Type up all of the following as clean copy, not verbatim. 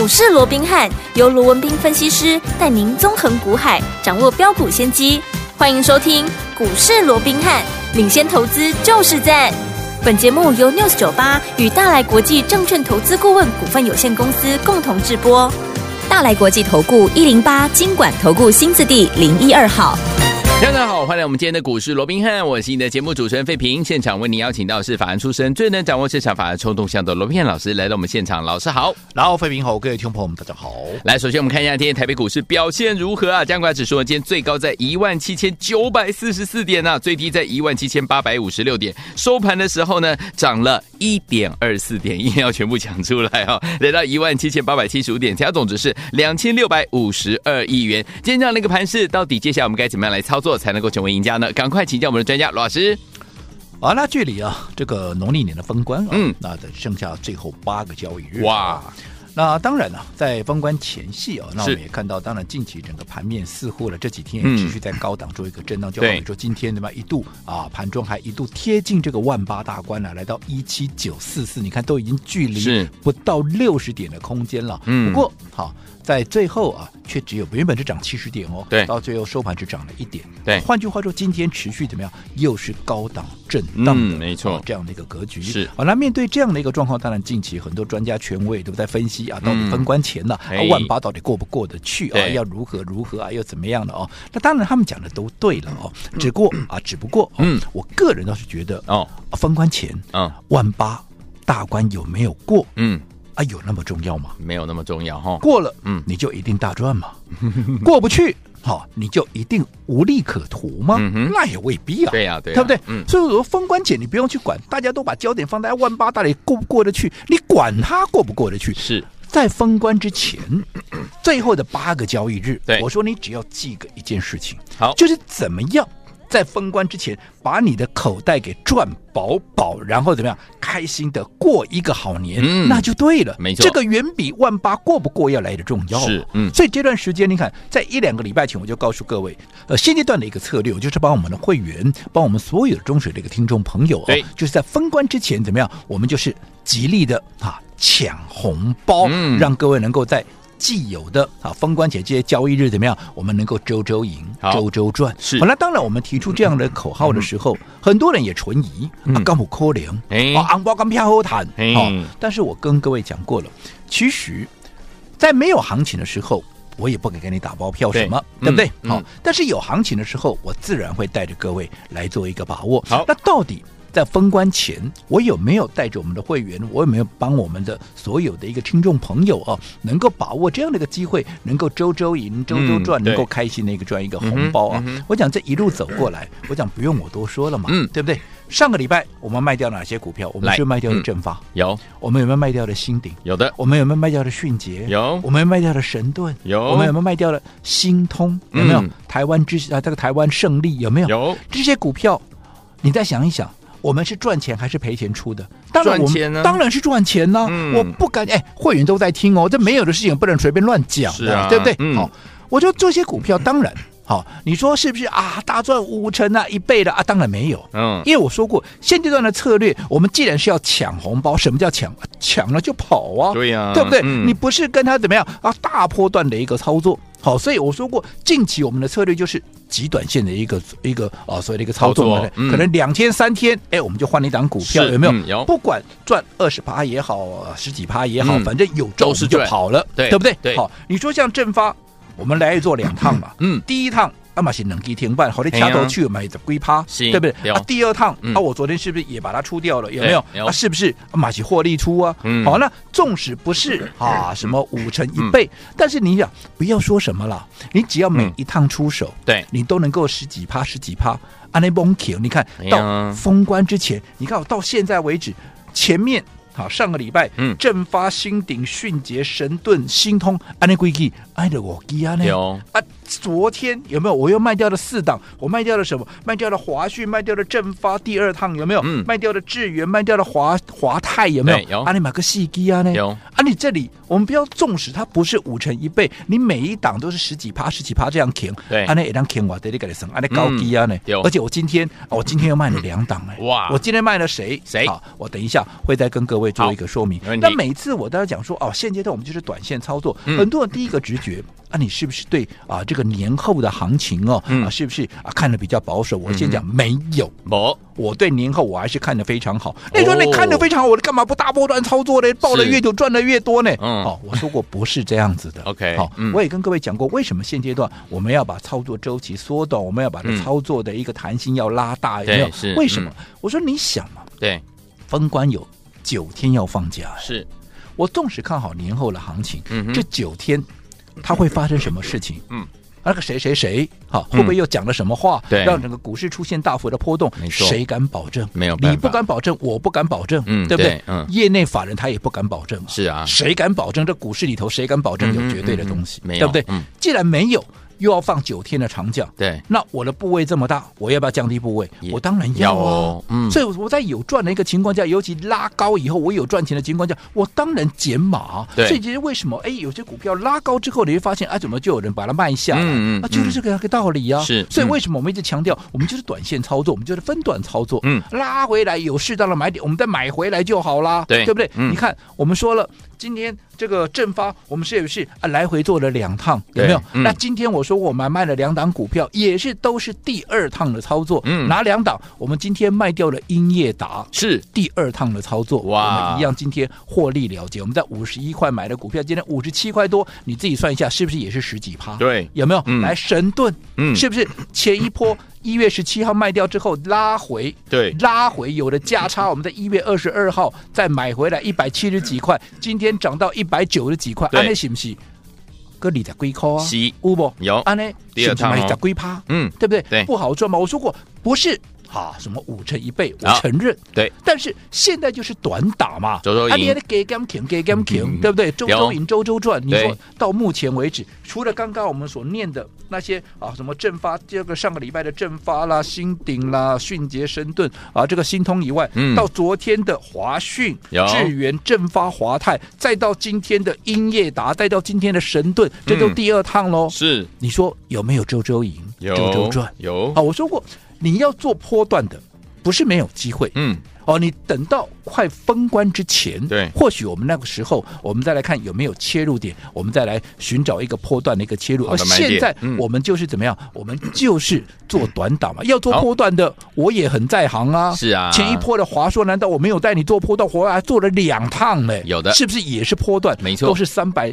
股市罗宾汉由罗文彬分析师带您纵横股海，掌握标股先机。欢迎收听股市罗宾汉，领先投资就是赞。本节目由 News98 与大来国际证券投资顾问股份有限公司共同制播。大来国际投顾108金管投顾新字第012号。 大家好，欢迎来我们今天的股市罗宾汉，我是你的节目主持人费平。现场为您邀请到是法案出身、最能掌握市场法案冲动向的罗宾汉老师来到我们现场，老师好。 然后费平好，各位听众朋友们大家好。 来，首先我们看一下今天台北股市表现如何啊？加权指数今天最高在17944点啊，最低在17856点，收盘的时候呢涨了1.24点，一定要全部讲出来哦，来到17875点，成交总值是2652亿元。今天这样的一个盘势，到底接下来我们该怎么样来操作才能够成为赢家呢？赶快请教我们的专家罗老师。 那距离这个农历年的封关那剩下最后8个交易日。哇！那当然在封关前夕那我们也看到，当然近期整个盘面似乎这几天也持续在高档做一个震荡，就好比说今天一度盘中还一度贴近这个18000大关来到17944，你看都已经距离不到60点的空间了。不过在最后却只有原本是涨70点对，到最后收盘只涨了1点。对，换句话说，今天持续怎么样？又是高档震荡的，没错，这样的一个格局是。那面对这样的一个状况，当然近期很多专家权威都在分析到底封关前18000到底过不过得去要如何又怎么样的那当然他们讲的都对了只不过我个人倒是觉得封关前18000大关有没有过有那么重要吗？ 没有那么重要过了你就一定大赚吗？过不去你就一定无利可图吗？那也未必对啊， 对不对？所以我说封关前你不用去管，大家都把焦点放在18000到底过不过得去，你管它过不过得去。是在封关之前最后的8个交易日，我说你只要记个一件事情，好，就是怎么样在封关之前把你的口袋给赚饱，然后怎么样开心的过一个好年，那就对了。没错，这个远比18000过不过要来的重要。是，所以这段时间你看，在1-2个礼拜前我就告诉各位，现阶段的一个策略，就是帮我们的会员，帮我们所有的中水的一个听众朋友就是在封关之前怎么样，我们就是极力的抢红包，让各位能够在既有的封关前这些交易日怎么样，我们能够周周赢，周周赚。是，那当然我们提出这样的口号的时候，很多人也存疑刚不可能红包刚票好谈但是我跟各位讲过了，其实在没有行情的时候我也不敢给你打包票什么， 对不对？但是有行情的时候我自然会带着各位来做一个把握。好，那到底在封关前我有没有带着我们的会员，我有没有帮我们的所有的一个听众朋友能够把握这样的一个机会，能够周周赢，周周赚，能够开心的一个赚一个红包我讲这一路走过来，我讲不用我多说了嘛，对不对？上个礼拜我们卖掉哪些股票？我们是卖掉的正发，有；我们有没有卖掉的新鼎？有的；我们有没有卖掉的迅捷？有；我们有卖掉的神盾？有；我们有没有卖掉的新通？有没有？台湾这个台湾胜利有没有？有。这些股票你再想一想，我们是赚钱还是赔钱出的？当然我们当然是赚钱呢我不敢会员都在听这没有的事情不能随便乱讲的，对不对？我说这些股票当然你说是不是大赚5成1倍的当然没有因为我说过现阶段的策略，我们既然是要抢红包，什么叫抢？抢了就跑对呀，对不对？你不是跟他怎么样大波段的一个操作。好，所以我说过近期我们的策略就是极短线的一个所谓的一个操作可能2天3天我们就换了一档股票，有没有？有，不管赚20%也好10几%也好反正有赚我们就跑了，对不对？对。好，你说像正发我们来做2趟嘛第一趟嘛是2天半，好，你掐头去买10几%，对不对？第二趟我昨天是不是也把它出掉了？有没有？是不是嘛是获利出好，那纵使不是什么5成1倍，但是你想不要说什么了，你只要每一趟出手，对，你都能够10几%，那崩停。你看到封关之前，你看到现在为止，前面上个礼拜正发、新鼎、迅捷、神盾、新通，按那规矩，按的我记呢昨天有没有？我又卖掉了4档，我卖掉了什么？卖掉了华讯，卖掉了正发第2趟，有没有？卖掉了智原，卖掉了华泰，有没有？ 有。 啊，你买个细基啊呢？ 有。 啊，你这里我们不要纵使它不是5成1倍，你每一档都是10几%、10几%这样停， 对， 啊，那也让停我得你给你升，啊，那高低啊呢？而且我今天又卖了2档哎，哇！我今天卖了谁？好，我等一下会再跟各位做一个说明。那每次我都要讲说，现阶段我们就是短线操作，很多人第一个直觉。你是不是对这个年后的行情是不是看得比较保守？我先讲没有，我对年后我还是看得非常好。你说你看得非常好，我干嘛不大波段操作呢？抱得越久赚得越多呢？我说过不是这样子的。 OK， 好，我也跟各位讲过，为什么现阶段我们要把操作周期缩短，我们要把这操作的一个弹性要拉大，有没有？为什么？我说你想嘛， 对， 封关有9天要放假， 是我纵使看好年后的行情，这9天。它会发生什么事情？那个谁会不会又讲了什么话，让整个股市出现大幅的波动？谁敢保证？ 没有办法， 你不敢保证，我不敢保证，对不对？业内法人他也不敢保证。 是啊， 谁敢保证？这股市里头谁敢保证有绝对的东西？对不对？既然没有。又要放9天的长假， 对， 那我的部位这么大，我要不要降低部位？我当然要啊。所以我在有赚的一个情况下，尤其拉高以后，我有赚钱的情况下，我当然减码。所以其实为什么有些股票拉高之后，你会发现怎么就有人把它卖下来？就是这个道理啊。 是， 所以为什么我们一直强调，我们就是短线操作，我们就是分段操作。拉回来有适当的买点，我们再买回来就好啦，对不对？你看，我们说了。今天这个正发，我们是不是来回做了2趟？有没有？那今天我说我们卖了2档股票，也是都是第2趟的操作。哪2档？我们今天卖掉了英业达，是第2趟的操作。哇，我们一样今天获利了结。我们在51块买的股票，今天57块多，你自己算一下，是不是也是10几%？对，有没有？来神盾，是不是前一波1月17号卖掉之后拉回？对，拉回有了价差，我们在1月22号再买回来170几块，今天涨到190几块，安内是不是？个20几块啊？是，有不？有，安内是不是买10几%？对不对？对，不好赚嘛。我说过不是。什么5成1倍，我承认，对，但是现在就是短打嘛，周周赢，你给干停，对不对？周周赢，周周赚。你说到目前为止，除了刚刚我们所念的那些什么正发，这个上个礼拜的正发啦、新鼎啦、迅捷、神盾这个新通以外，到昨天的华讯、智原、正发、华泰，再到今天的英业达，再到今天的神盾，这都第2趟喽。是，你说有没有周周赢、周周赚？有。我说过。你要做波段的，不是没有机会。你等到快封关之前，对，或许我们那个时候，我们再来看有没有切入点，我们再来寻找一个波段的一个切入。而现在我们就是怎么样？我们就是做短档嘛，要做波段的，我也很在行啊。是啊，前一波的华硕，难道我没有带你做波段？我还做了2趟呢，有的，是不是也是波段？没错，都是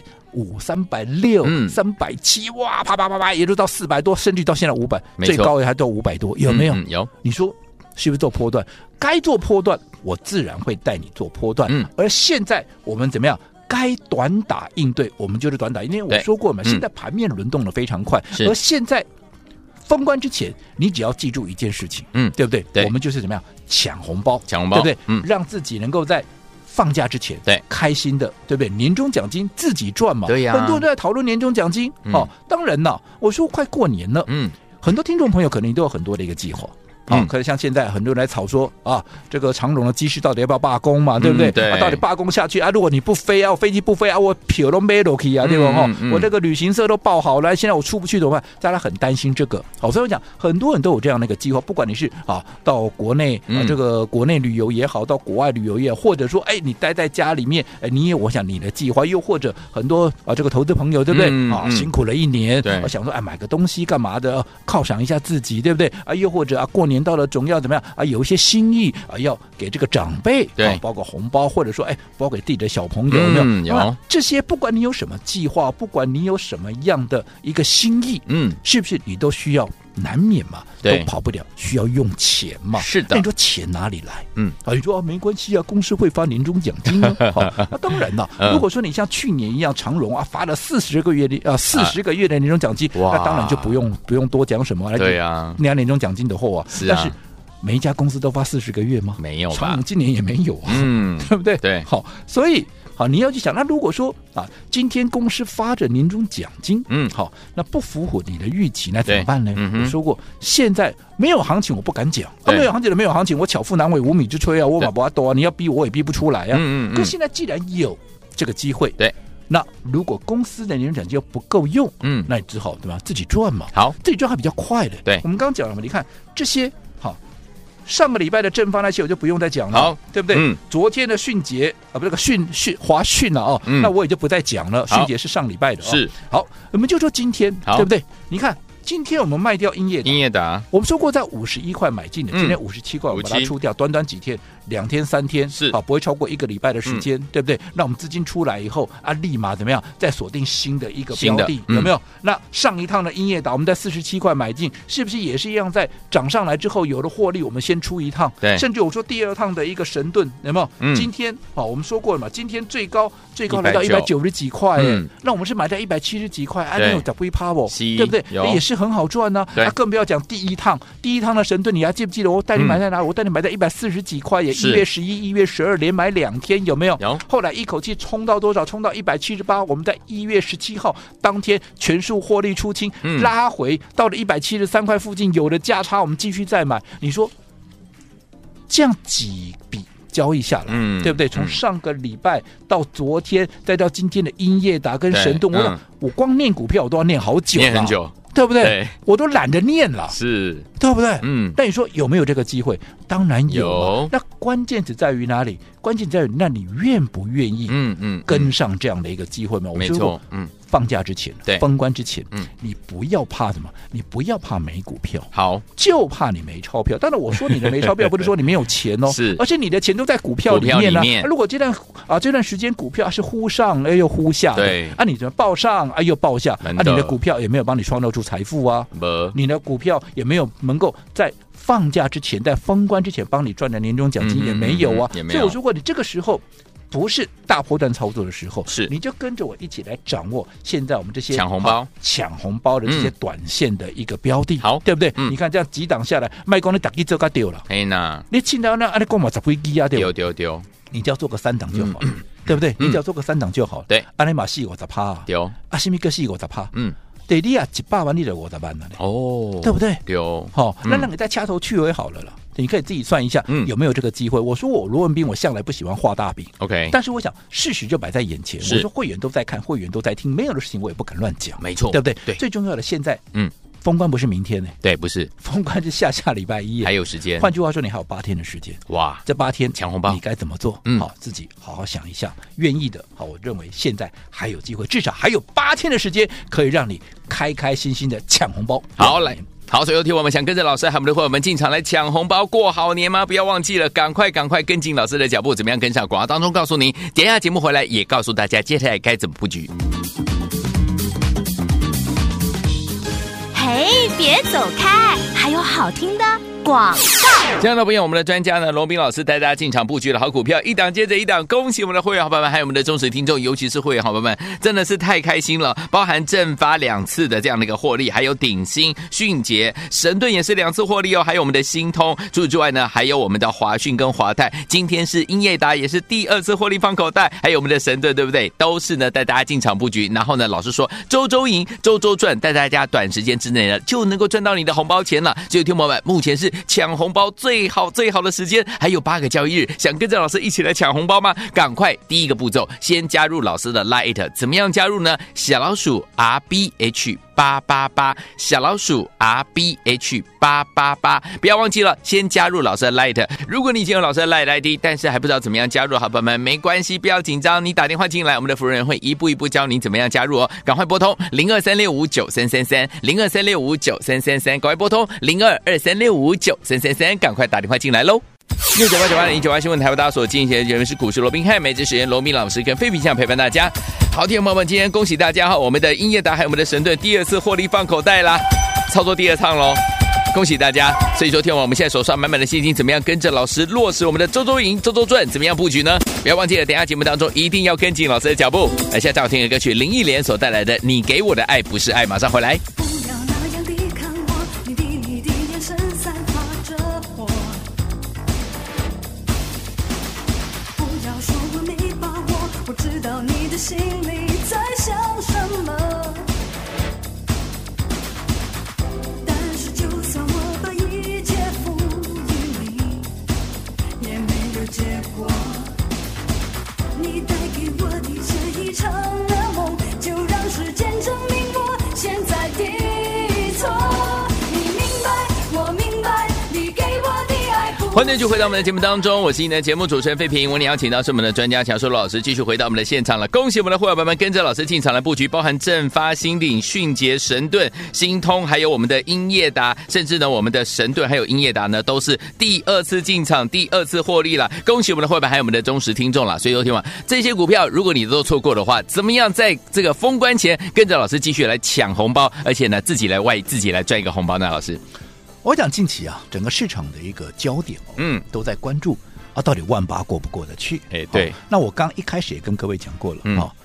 350、360、370，哇，啪，也就到400多，甚至到现在500，最高还到500多，有没有？有，你说。是不是做波段？该做波段，我自然会带你做波段。而现在我们怎么样？该短打应对，我们就是短打。因为我说过嘛，现在盘面轮动的非常快，而现在封关之前，你只要记住一件事情，对不对？我们就是怎么样抢红包，对不对？让自己能够在放假之前，对，开心的，对不对？年终奖金自己赚嘛，对呀。很多人都在讨论年终奖金，当然了，我说快过年了，很多听众朋友可能都有很多的一个计划。可是像现在很多人来吵说这个长荣的机师到底要不要罢工嘛，对不对？到底罢工下去如果你不飞我飞机不飞我票都没落去对吧？我这个旅行社都报好了，现在我出不去怎么办？大家很担心这个。所以我讲，很多人都有这样的一个计划，不管你是到国内这个国内旅游也好，到国外旅游也好，或者说你待在家里面，你也我想你的计划，又或者很多这个投资朋友对不对？辛苦了1年，想说买个东西干嘛的，犒赏一下自己，对不对？又或者过年到了总要怎么样有一些心意要给这个长辈，对，包括红包，或者说包给自己的小朋友，有没有？有这些，不管你有什么计划，不管你有什么样的一个心意，是不是你都需要难免嘛，都跑不了，需要用钱嘛。是的，那你说钱哪里来？你说没关系公司会发年终奖金啊。那当然了，如果说你像去年一样，长荣发了40个月的年终奖金，那当然就不用多讲什么了。对呀，那年终奖金的话但是每一家公司都发40个月吗？ 没有吧， 长荣今年也没有啊，对不对？ 对， 好，所以好，你要去想，那如果说今天公司发着年终奖金，好，那不符合你的预期，那怎么办呢？我说过，现在没有行情，我不敢讲，没有行情的没有行情，我巧妇难为无米之炊啊，我马不多啊，你要逼我也逼不出来啊。可现在既然有这个机会， 对。 那如果公司的年终奖金又不够用，那你只好对吧？自己赚嘛， 好， 自己赚还比较快的。 对， 我们刚刚讲了嘛，你看这些好，上个礼拜的正发那些我就不用再讲了， 好， 对不对？昨天的迅捷不是个华讯了那我也就不再讲了。迅捷是上礼拜的是好，我们就说今天对不对？你看。今天我们卖掉英业达，我们说过在51块买进的，今天57块，我们把它出掉，短短几天，2天3天是不会超过1个礼拜的时间，对不对？那我们资金出来以后立马怎么样？再锁定新的一个标的，有没有？那上一趟的英业达，我们在47块买进，是不是也是一样？在涨上来之后有了获利，我们先出一趟， 对， 甚至我说第二趟的一个神盾，有没有？今天我们说过了嘛，今天最高来到190几块，那我们是买在170几块，那有10%不？对不对？也是很好赚呢。更不要讲第一趟的神盾，你还记不记得我带你买在哪？我带你买在140几块耶，1月11、1月12连买2天，有没有？ 有。 后来一口气冲到多少？冲到178，我们在1月17号当天全数获利出清，拉回到了173块附近，有了价差，我们继续再买。你说这样几笔交易下来，对不对？从上个礼拜到昨天，再到今天的英业达跟神盾，我光念股票我都要念好久， 念很久。 对不对？我都懒得念了， 是对不对？那你说有没有这个机会？当然有。那关键只在于哪里？关键在于那你愿不愿意跟上这样的一个机会嘛？ 没错， 放假之前， 对， 封关之前，你不要怕什么？你不要怕没股票， 好， 就怕你没钞票。当然，我说你的没钞票，不是说你没有钱哦， 是， 而且你的钱都在股票里面呢。如果这段时间股票是忽上又忽下的， 对， 你怎么报上又报下？你的股票也没有帮你创造出财富啊，你的股票也没有能够在放假之前，在封关之前帮你赚的年终奖金也没有啊。所以我说过，你这个时候不是大波段操作的时候， 是你就跟着我一起来掌握现在我们这些抢红包的这些短线的一个标的， 好， 对不对？你看这样几档下来，卖光你打击这个丢了，你听到那你光嘛10几啊，丢，你只要做个3档就好了，对不对？你只要做个3档就好了， 对， 你嘛40%， 丢， 什么个40%，对，你100万你就50万了，对不对？ 丢， 那让你再掐头去尾好了啦。你可以自己算一下有没有这个机会。我说我罗文彬，我向来不喜欢画大饼 ，OK， 但是我想事实就摆在眼前。我说会员都在看，会员都在听，没有的事情我也不敢乱讲， 没错， 对不对？ 对， 最重要的现在，封关不是明天呢， 对，不是， 封关是下礼拜1， 还有时间。 换句话说，你还有8天的时间， 哇， 这8天抢红包你该怎么做？好，自己好好想一下。愿意的，好，我认为现在还有机会，至少还有8天的时间，可以让你开开心心的抢红包。 好，来。好，所以有听我们想跟着老师和我们的伙伴们进场来抢红包过好年吗？不要忘记了，赶快跟进老师的脚步，怎么样跟上？广告当中告诉您，点下节目回来也告诉大家接下来该怎么布局。 嘿，别走开，还有好听的广告。 亲爱的朋友，我们的专家呢，罗彬老师带大家进场布局的好股票，一档接着一档，恭喜我们的会员好朋友们，还有我们的忠实听众，尤其是会员好朋友们，真的是太开心了。包含正发2次的这样的一个获利，还有鼎新、迅捷、神盾也是2次获利哦，还有我们的新通。除此之外呢，还有我们的华讯跟华泰，今天是英业达也是第2次获利放口袋，还有我们的神盾，对不对？都是呢带大家进场布局。然后呢，老师说周赢，周赚，带大家短时间之内呢就能够赚到你的红包钱了。所以听众朋友们，目前是抢红包最好的时间，还有8个交易日，想跟着老师一起来抢红包吗？赶快第一个步骤，先加入老师的 Lite， 怎么样加入呢？小老鼠 RBH888， 小老鼠 RBH888， 不要忘记了，先加入老师的 Lite。如果你已经有老师的 Lite ID， 但是还不知道怎么样加入，好朋友们没关系，不要紧张，你打电话进来，我们的服务人员会一步一步教你怎么样加入哦。赶快拨通0236593333 0236593333，赶快拨通0223659333，赶快打电话进来喽。6989198新闻台为大家所进行的节目是股市罗宾汉，每日时间罗宾老师跟废品相陪伴大家。好，听众朋友们，今天恭喜大家哈，我们的英业达还有我们的神盾第2次获利放口袋啦，操作第2趟喽，恭喜大家。所以说听我们现在手上满满的现金，怎么样跟着老师落实我们的周赢周赚，怎么样布局呢？不要忘记了，等一下节目当中一定要跟紧老师的脚步。来，现在再好听的歌曲林忆莲所带来的你给我的爱不是爱，马上回来。 不要那样抵抗我，你的眼神散发着火道你的心里在想什么。但是就算我把一切付予你，也没有结果。你带给我的这一场噩梦，就让时间证明我现在的错。你明白，我明白，你给我的爱不。 欢迎继续回到我们的节目当中，我是你的节目主持人费平。我们邀请到是我们的专家强硕老师，继续回到我们的现场了。恭喜我们的会员朋友们跟着老师进场来布局，包含正发、新鼎、迅捷、神盾、新通，还有我们的英业达，甚至呢我们的神盾还有英业达呢，都是第二次进场，第二次获利了。恭喜我们的会员还有我们的忠实听众了。所以说听完这些股票，如果你都错过的话，怎么样在这个封关前跟着老师继续来抢红包，而且呢自己来赚一个红包呢？老师， 我讲近期啊，整个市场的一个焦点都在关注啊，到底18000过不过得去？ 对。 那我刚一开始也跟各位讲过了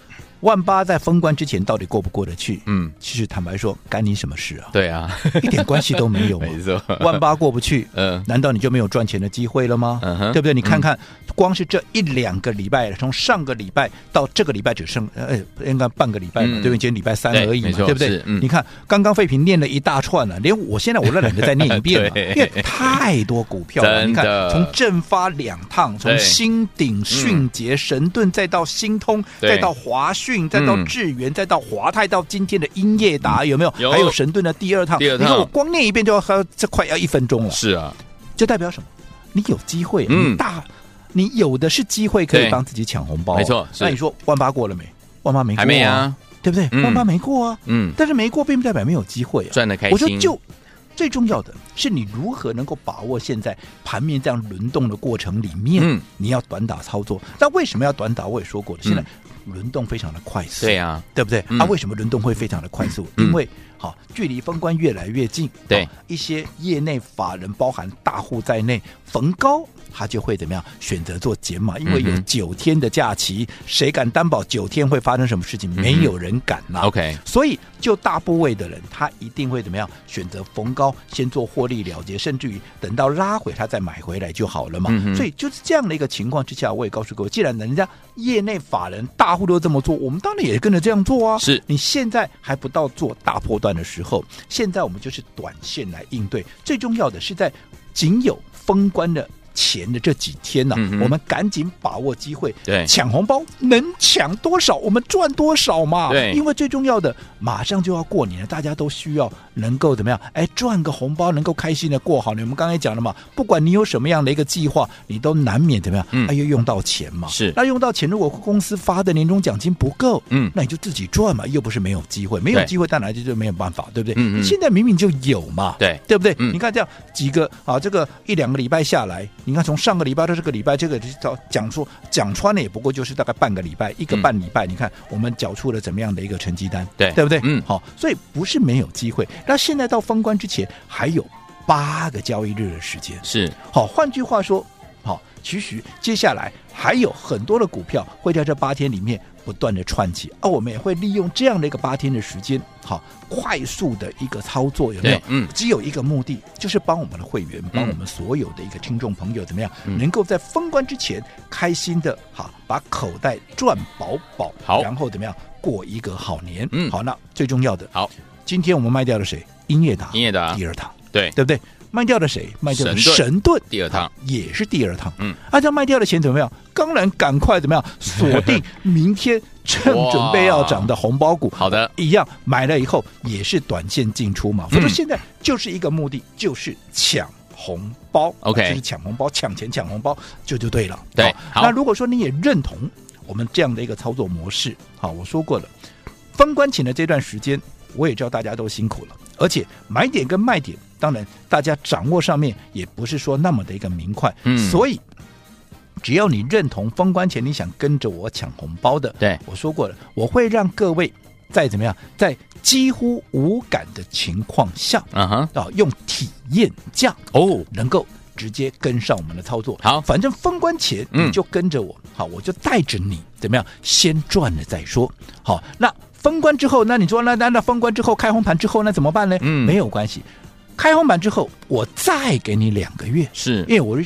，18000在封关之前到底过不过得去？其实坦白说，干你什么事啊？ 对啊， 一点关系都没有嘛。 没错 ，18000过不去，难道你就没有赚钱的机会了吗？对不对？你看看，光是这1-2个礼拜，从上个礼拜到这个礼拜只剩应该半个礼拜嘛，对不对？今天礼拜3而已嘛，对不对？你看，刚刚废品念了一大串了，连我现在我都懒得再念一遍了，因为太多股票了。你看，从正发2趟，从新鼎、迅捷、神盾，再到新通，再到华讯，再到智源，再到华泰，到今天的英业达，有没有？还有神盾的第二趟。你看我光念一遍就要这快要1分钟了。 是啊， 这代表什么？你有机会，你有的是机会可以帮自己抢红包。 没错。 那你说18000过了没？18000没过， 还没啊， 对不对？18000没过啊，但是没过并不代表没有机会啊， 赚得开心。 我说就最重要的是你如何能够把握现在盘面这样轮动的过程里面，你要短打操作。那为什么要短打？我也说过了，现在轮动非常的快速， 对啊， 对不对？为什么轮动会非常的快速？因为距离封关越来越近， 对， 一些业内法人，包含大户在内，逢高他就会怎么样选择做减码，因为有9天的假期，谁敢担保9天会发生什么事情？没有人敢啦。 OK， 所以就大部位的人，他一定会怎么样选择逢高先做获利了结，甚至于等到拉回他再买回来就好了嘛。所以就是这样的一个情况之下，我也告诉各位，既然人家业内法人大户都这么做，我们当然也跟着这样做啊。 是你现在还不到做大波段的时候，现在我们就是短线来应对。最重要的是在仅有封关的前的这几天呢，我们赶紧把握机会，抢红包，能抢多少我们赚多少嘛。 对， 因为最重要的马上就要过年了，大家都需要能够怎么样？赚个红包，能够开心的过好年。我们刚才讲了嘛，不管你有什么样的一个计划，你都难免怎么样？要用到钱嘛。 是， 那用到钱，如果公司发的年终奖金不够，那你就自己赚嘛，又不是没有机会，没有机会当然就没有办法，对不对？现在明明就有嘛， 对不对？你看这样几个这个1-2个礼拜下来。你看，从上个礼拜到这个礼拜，这个讲穿了也不过就是大概半个礼拜，一个半礼拜。你看我们缴出了怎么样的一个成绩单，对不对？好，所以不是没有机会。那现在到封关之前还有8个交易日的时间， 是好。换句话说，好，其实接下来还有很多的股票会在这8天里面不断的串起，我们也会利用这样的一个8天的时间，好，快速的一个操作，有没有？只有一个目的，就是帮我们的会员，帮我们所有的一个听众朋友怎么样，能够在封关之前开心的把口袋赚饱饱，好，然后怎么样过一个好年。好，那最重要的，好，今天我们卖掉了谁？英业达第二趟，对不对？卖掉了谁？卖掉了神盾第二趟， 也是第二趟。这样卖掉的钱怎么样？当然赶快怎么样锁定明天正准备要涨的红包股。好的，一样买了以后也是短线进出嘛。所以说现在就是一个目的，就是抢红包。OK， 就是抢红包，抢钱抢红包就对了。对，好。那如果说你也认同我们这样的一个操作模式，好，我说过了，封关前的这段时间，我也知道大家都辛苦了，而且买点跟卖点，当然大家掌握上面也不是说那么的一个明快，所以只要你认同封关前你想跟着我抢红包的，对，我说过了，我会让各位在怎么样，在几乎无感的情况下，用体验价能够直接跟上我们的操作。好，反正封关前你就跟着我，好，我就带着你怎么样，先赚了再说。好，那封关之后，那你说那封关之后开红盘之后那怎么办呢？没有关系，开红盘之后我再给你2个月，是因为我就说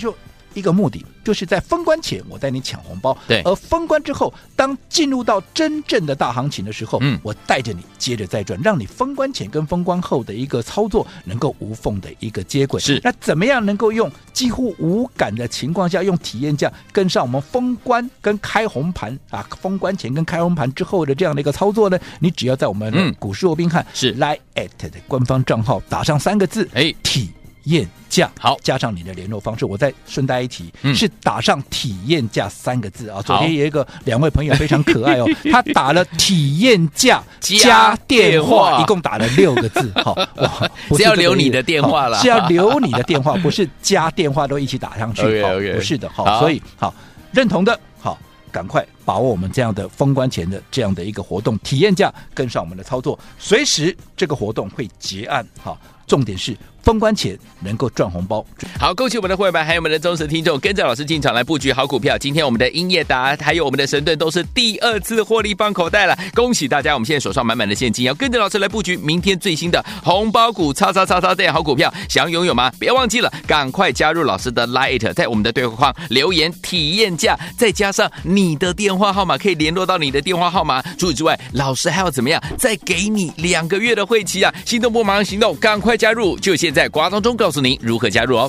一个目的，就是在封关前我带你抢红包， 对， 而封关之后，当进入到真正的大行情的时候，我带着你接着再赚，让你封关前跟封关后的一个操作能够无缝的一个接轨。 是， 那怎么样能够用几乎无感的情况下，用体验价跟上我们封关跟开红盘啊，封关前跟开红盘之后的这样的一个操作呢？你只要在我们的股市罗宾汉是 Line@ 的官方账号打上3个字，体验价， 好， 加上你的联络方式，我再顺带一提，是打上体验价3个字啊。昨天有一个2位朋友非常可爱哦，他打了体验价加电话，一共打了6个字，好， 是要留你的电话了， 是要留你的电话，不是加电话都一起打上去，不是的，好，所以好认同的，好。赶快把握我们这样的封关前的这样的一个活动体验价，跟上我们的操作，随时这个活动会结案，好，重点是封关前能够赚红包。 好，恭喜我们的会员还有我们的忠实听众，跟着老师进场来布局好股票。今天我们的英业达还有我们的神盾都是第2次获利放口袋了，恭喜大家！我们现在手上满满的现金，要跟着老师来布局明天最新的红包股叉叉叉叉这样好股票，想要拥有吗？别忘记了，赶快加入老师的 Line， 在我们的对话框留言体验价，再加上你的电话号码，可以联络到你的电话号码。除此之外，老师还要怎么样？再给你2个月的会期啊！心动不马上行动，赶快加入！就现在广告当中告诉您如何加入哦。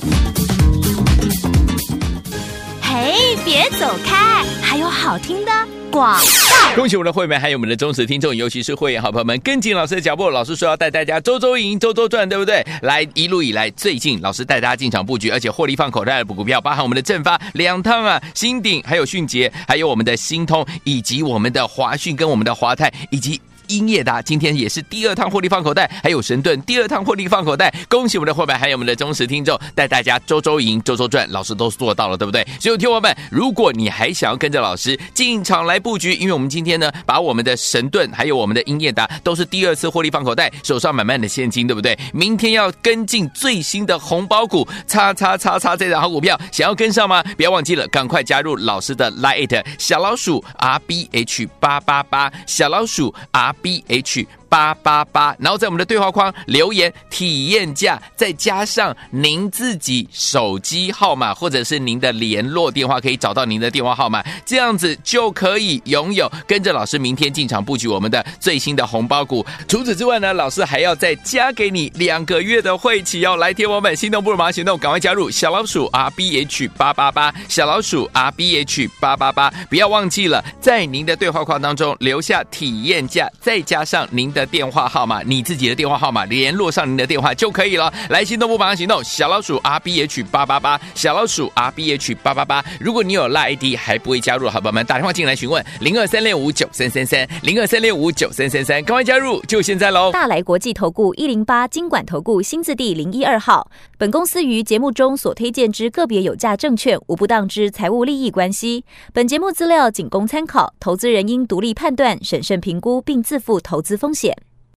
嘿，别走开，还有好听的广告。 恭喜我们的会员还有我们的忠实听众，尤其是会员好朋友们，跟紧老师的脚步。老师说要带大家周周赢周周赚，对不对？来，一路以来最近老师带大家进场布局，而且获利放口袋的股票，包含我们的正发2趟啊，新鼎还有迅捷，还有我们的新通，以及我们的华讯跟我们的华泰，以及英业达今天也是第2趟获利放口袋，还有神盾第2趟获利放口袋。恭喜我们的伙伴还有我们的忠实听众，带大家周周赢周周赚，老师都做到了，对不对？所以听我们，如果你还想要跟着老师进场来布局，因为我们今天呢把我们的神盾还有我们的英业达都是第2次获利放口袋，手上满满的现金，对不对？明天要跟进最新的红包股叉叉叉叉这档好股票，想要跟上吗？不要忘记了，赶快加入老师的 Line 小老鼠 RBH888 小老鼠RBH888，然后在我们的对话框留言体验价，再加上您自己手机号码或者是您的联络电话，可以找到您的电话号码，这样子就可以拥有跟着老师明天进场布局我们的最新的红包股。除此之外呢，老师还要再加给你2个月的会期哦。来，听我们心动不如马上行动，赶快加入小老鼠 RBH888 小老鼠 RBH888，不要忘记了在您的对话框当中留下体验价，再加上您的电话号码，你自己的电话号码联络上您的电话就可以了。来，心动不马上行动，小老鼠 RBH888 小老鼠 RBH888。如果你有 LINE ID 还不会加入，好朋友们打电话进来询问0236593333 0236593333，赶快加入，就现在喽！ 大来国际投顾108金管投顾新字第012号。本公司于节目中所推荐之个别有价证券，无不当之财务利益关系。本节目资料仅供参考，投资人应独立判断、审慎评估，并自负投资风险。